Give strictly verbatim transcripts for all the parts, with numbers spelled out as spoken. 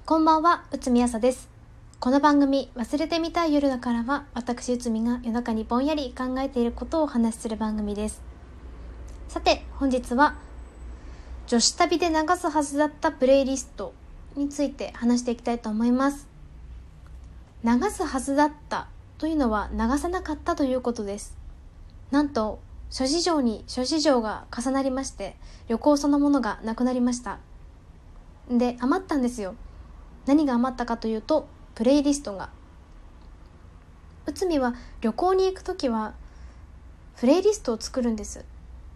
こんばんは、内海あさです。この番組忘れてみたい夜だからは、私内海が夜中にぼんやり考えていることをお話しする番組です。さて本日は女子旅で流すはずだったプレイリストについて話していきたいと思います。流すはずだったというのは流さなかったということです。なんと諸事情に諸事情が重なりまして、旅行そのものがなくなりました。で、余ったんですよ。何が余ったかというと、プレイリストが。内海は旅行に行くときはプレイリストを作るんです。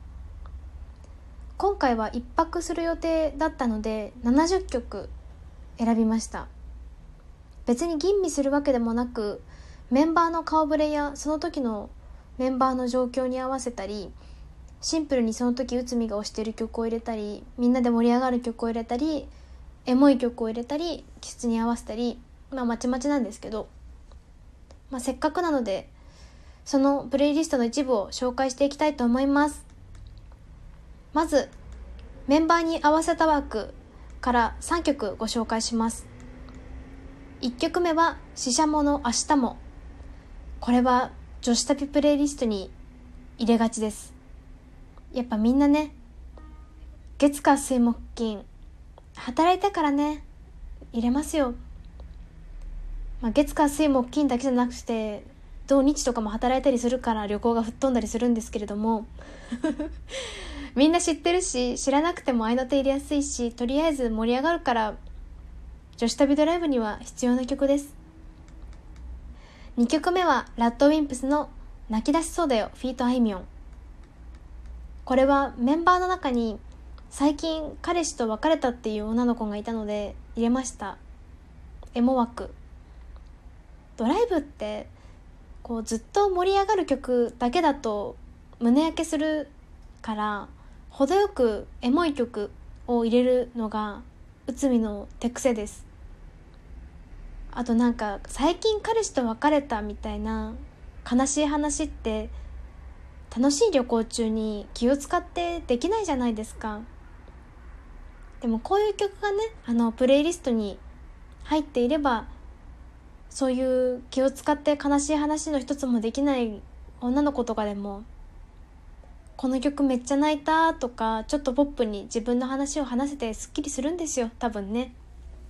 今回は一泊する予定だったのでななじゅっきょく選びました。別に吟味するわけでもなく、メンバーの顔ぶれやその時のメンバーの状況に合わせたり、シンプルにその時内海が推している曲を入れたり、みんなで盛り上がる曲を入れたり、エモい曲を入れたり、気質に合わせたり、まあまちまちなんですけど、まあ、せっかくなのでそのプレイリストの一部を紹介していきたいと思います。まずメンバーに合わせた枠からさんきょくご紹介します。いっきょくめはししゃもの明日も。これは女子旅プレイリストに入れがちです。やっぱみんなね、月火水木金働いたからね、入れますよ。まあ、月火水木金だけじゃなくて土日とかも働いたりするから旅行が吹っ飛んだりするんですけれどもみんな知ってるし、知らなくても合いの手入れやすいし、とりあえず盛り上がるから女子旅ドライブには必要な曲です。にきょくめはラッドウィンプスの泣き出しそうだよフィートあいみょん。これはメンバーの中に最近彼氏と別れたっていう女の子がいたので入れました。エモ枠。ドライブってこうずっと盛り上がる曲だけだと胸焼けするから、程よくエモい曲を入れるのが内海の手癖です。あとなんか最近彼氏と別れたみたいな悲しい話って楽しい旅行中に気を使ってできないじゃないですか。でもこういう曲がね、あのプレイリストに入っていれば、そういう気を使って悲しい話の一つもできない女の子とかでも、この曲めっちゃ泣いたとか、ちょっとポップに自分の話を話せてスッキリするんですよ、多分ね。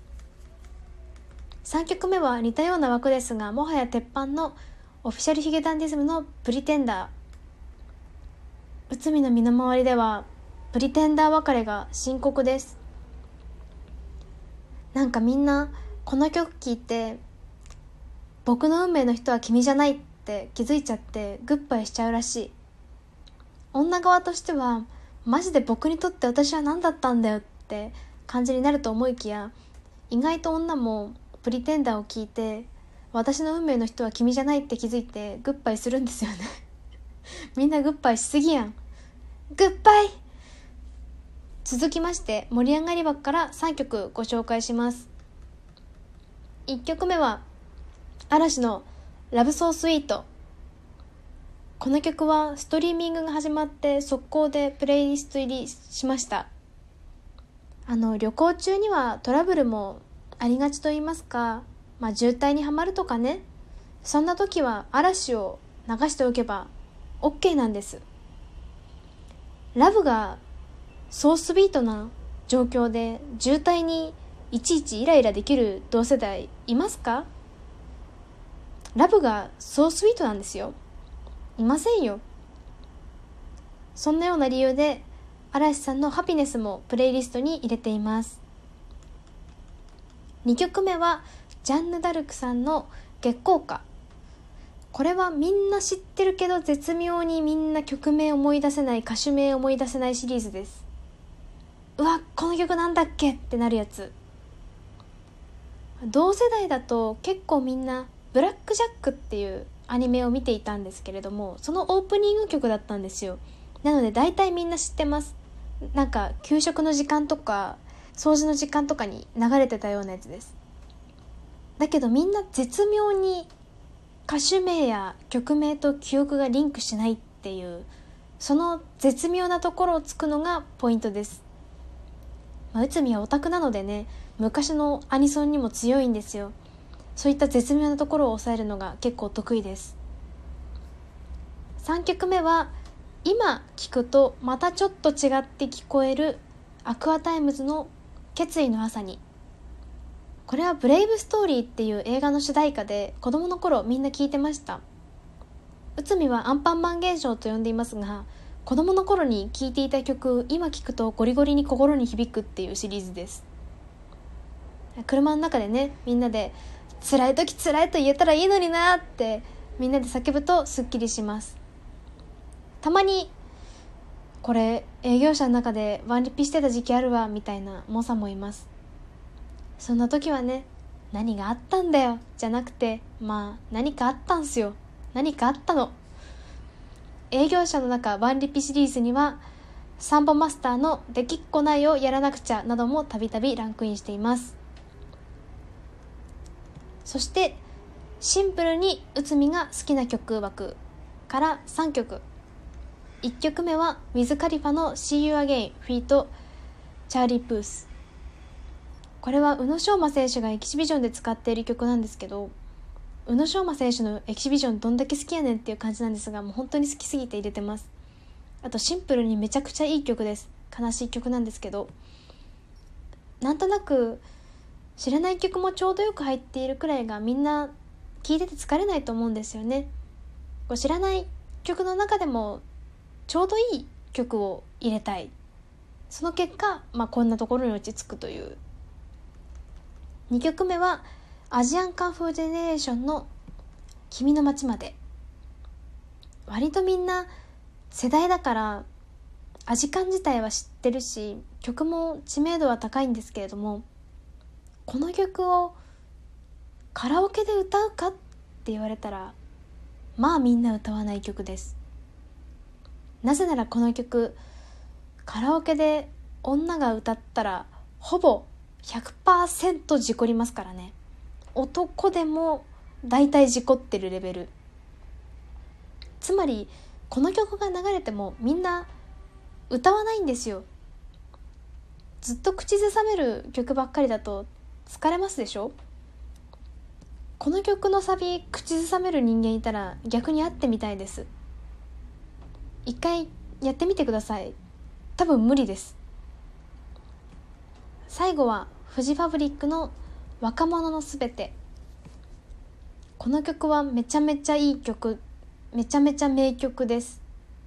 さんきょくめは似たような枠ですが、もはや鉄板のオフィシャルヒゲダンディズムのプリテンダー。内海の身の回りではプリテンダー別れが深刻です。なんかみんなこの曲聴いて、僕の運命の人は君じゃないって気づいちゃってグッバイしちゃうらしい。女側としてはマジで僕にとって私は何だったんだよって感じになると思いきや、意外と女もプリテンダーを聞いて、私の運命の人は君じゃないって気づいてグッバイするんですよねみんなグッバイしすぎやん。グッバイ。続きまして盛り上がり枠からさんきょくご紹介します。いっきょくめは嵐のラブソースイート。この曲はストリーミングが始まって速攻でプレイリスト入りしました。あの旅行中にはトラブルもありがちと言いますか、まあ、渋滞にはまるとかね、そんな時は嵐を流しておけば OK なんです。ラブがソースビートな状況で渋滞にいちいちイライラできる同世代いますか？ラブがソースビートなんですよ。いませんよ。そんなような理由で嵐さんのハピネスもプレイリストに入れています。にきょくめはジャンヌ・ダルクさんの月光歌。これはみんな知ってるけど絶妙にみんな曲名思い出せない、歌手名思い出せないシリーズです。うわ、この曲なんだっけってなるやつ。同世代だと結構みんなブラックジャックっていうアニメを見ていたんですけれども、そのオープニング曲だったんですよ。なので大体みんな知ってます。なんか給食の時間とか掃除の時間とかに流れてたようなやつです。だけどみんな絶妙に歌手名や曲名と記憶がリンクしないっていう、その絶妙なところをつくのがポイントです。まあ、内海はオタクなのでね、 昔のアニソンにも強いんですよ。そういった絶妙なところを抑えるのが結構得意です。さんきょくめは今聴くとまたちょっと違って聞こえるアクアタイムズの決意の朝に。これはブレイブストーリーっていう映画の主題歌で、子供の頃みんな聴いてました。内海はアンパンマン現象と呼んでいますが、子供の頃に聴いていた曲、今聴くとゴリゴリに心に響くっていうシリーズです。車の中でね、みんなで辛い時辛いと言えたらいいのになってみんなで叫ぶとすっきりします。たまにこれ営業者の中でワンリピしてた時期あるわみたいな猛者もいます。そんな時はね、何があったんだよじゃなくて、まあ何かあったんすよ、何かあったの。営業者の中ワンリピシリーズにはサンボマスターのできっこないをやらなくちゃなどもたびたびランクインしています。そしてシンプルに内海が好きな曲枠からさんきょく。いっきょくめはウィズ・カリファの See You Again フィートチャーリー・プース。これは宇野昌磨選手がエキシビジョンで使っている曲なんですけど、宇野昌磨選手のエキシビジョンどんだけ好きやねんっていう感じなんですが、もう本当に好きすぎて入れてます。あとシンプルにめちゃくちゃいい曲です。悲しい曲なんですけど、なんとなく知らない曲もちょうどよく入っているくらいがみんな聴いてて疲れないと思うんですよね。こう知らない曲の中でもちょうどいい曲を入れたい。その結果、まあ、こんなところに落ち着くという。にきょくめはアジアンカンフージェネレーションの君の街まで。割とみんな世代だからアジカン自体は知ってるし、曲も知名度は高いんですけれども、この曲をカラオケで歌うかって言われたら、まあみんな歌わない曲です。なぜならこの曲、カラオケで女が歌ったらほぼ ひゃくパーセント 事故りますからね。男でも大体事故ってるレベル。つまりこの曲が流れてもみんな歌わないんですよ。ずっと口ずさめる曲ばっかりだと疲れますでしょ。この曲のサビ口ずさめる人間いたら逆に会ってみたいです。一回やってみてください。多分無理です。最後はフジファブリックの若者のすべて。この曲はめちゃめちゃいい曲、めちゃめちゃ名曲です。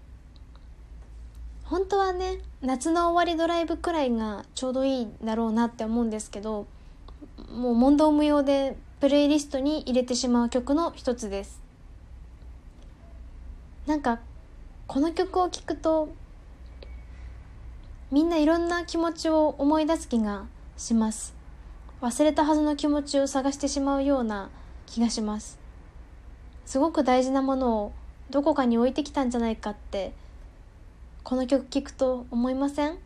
本当はね、夏の終わりドライブくらいがちょうどいいだろうなって思うんですけど、もう問答無用でプレイリストに入れてしまう曲の一つです。なんかこの曲を聴くとみんないろんな気持ちを思い出す気がします。忘れたはずの気持ちを探してしまうような気がします。すごく大事なものをどこかに置いてきたんじゃないかってこの曲聴くと思いません？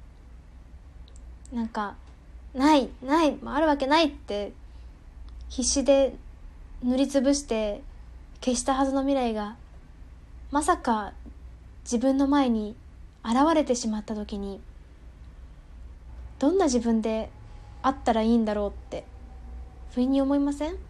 なんかないないあるわけないって必死で塗りつぶして消したはずの未来がまさか自分の前に現れてしまった時に、どんな自分であったらいいんだろうって不意に思いません？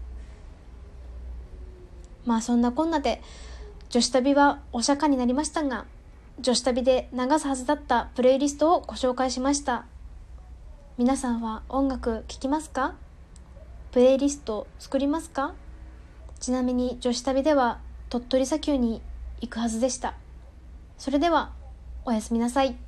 まあそんなこんなで女子旅はお釈迦になりましたが、女子旅で流すはずだったプレイリストをご紹介しました。皆さんは音楽聴きますか？プレイリスト作りますか？ちなみに女子旅では鳥取砂丘に行くはずでした。それではおやすみなさい。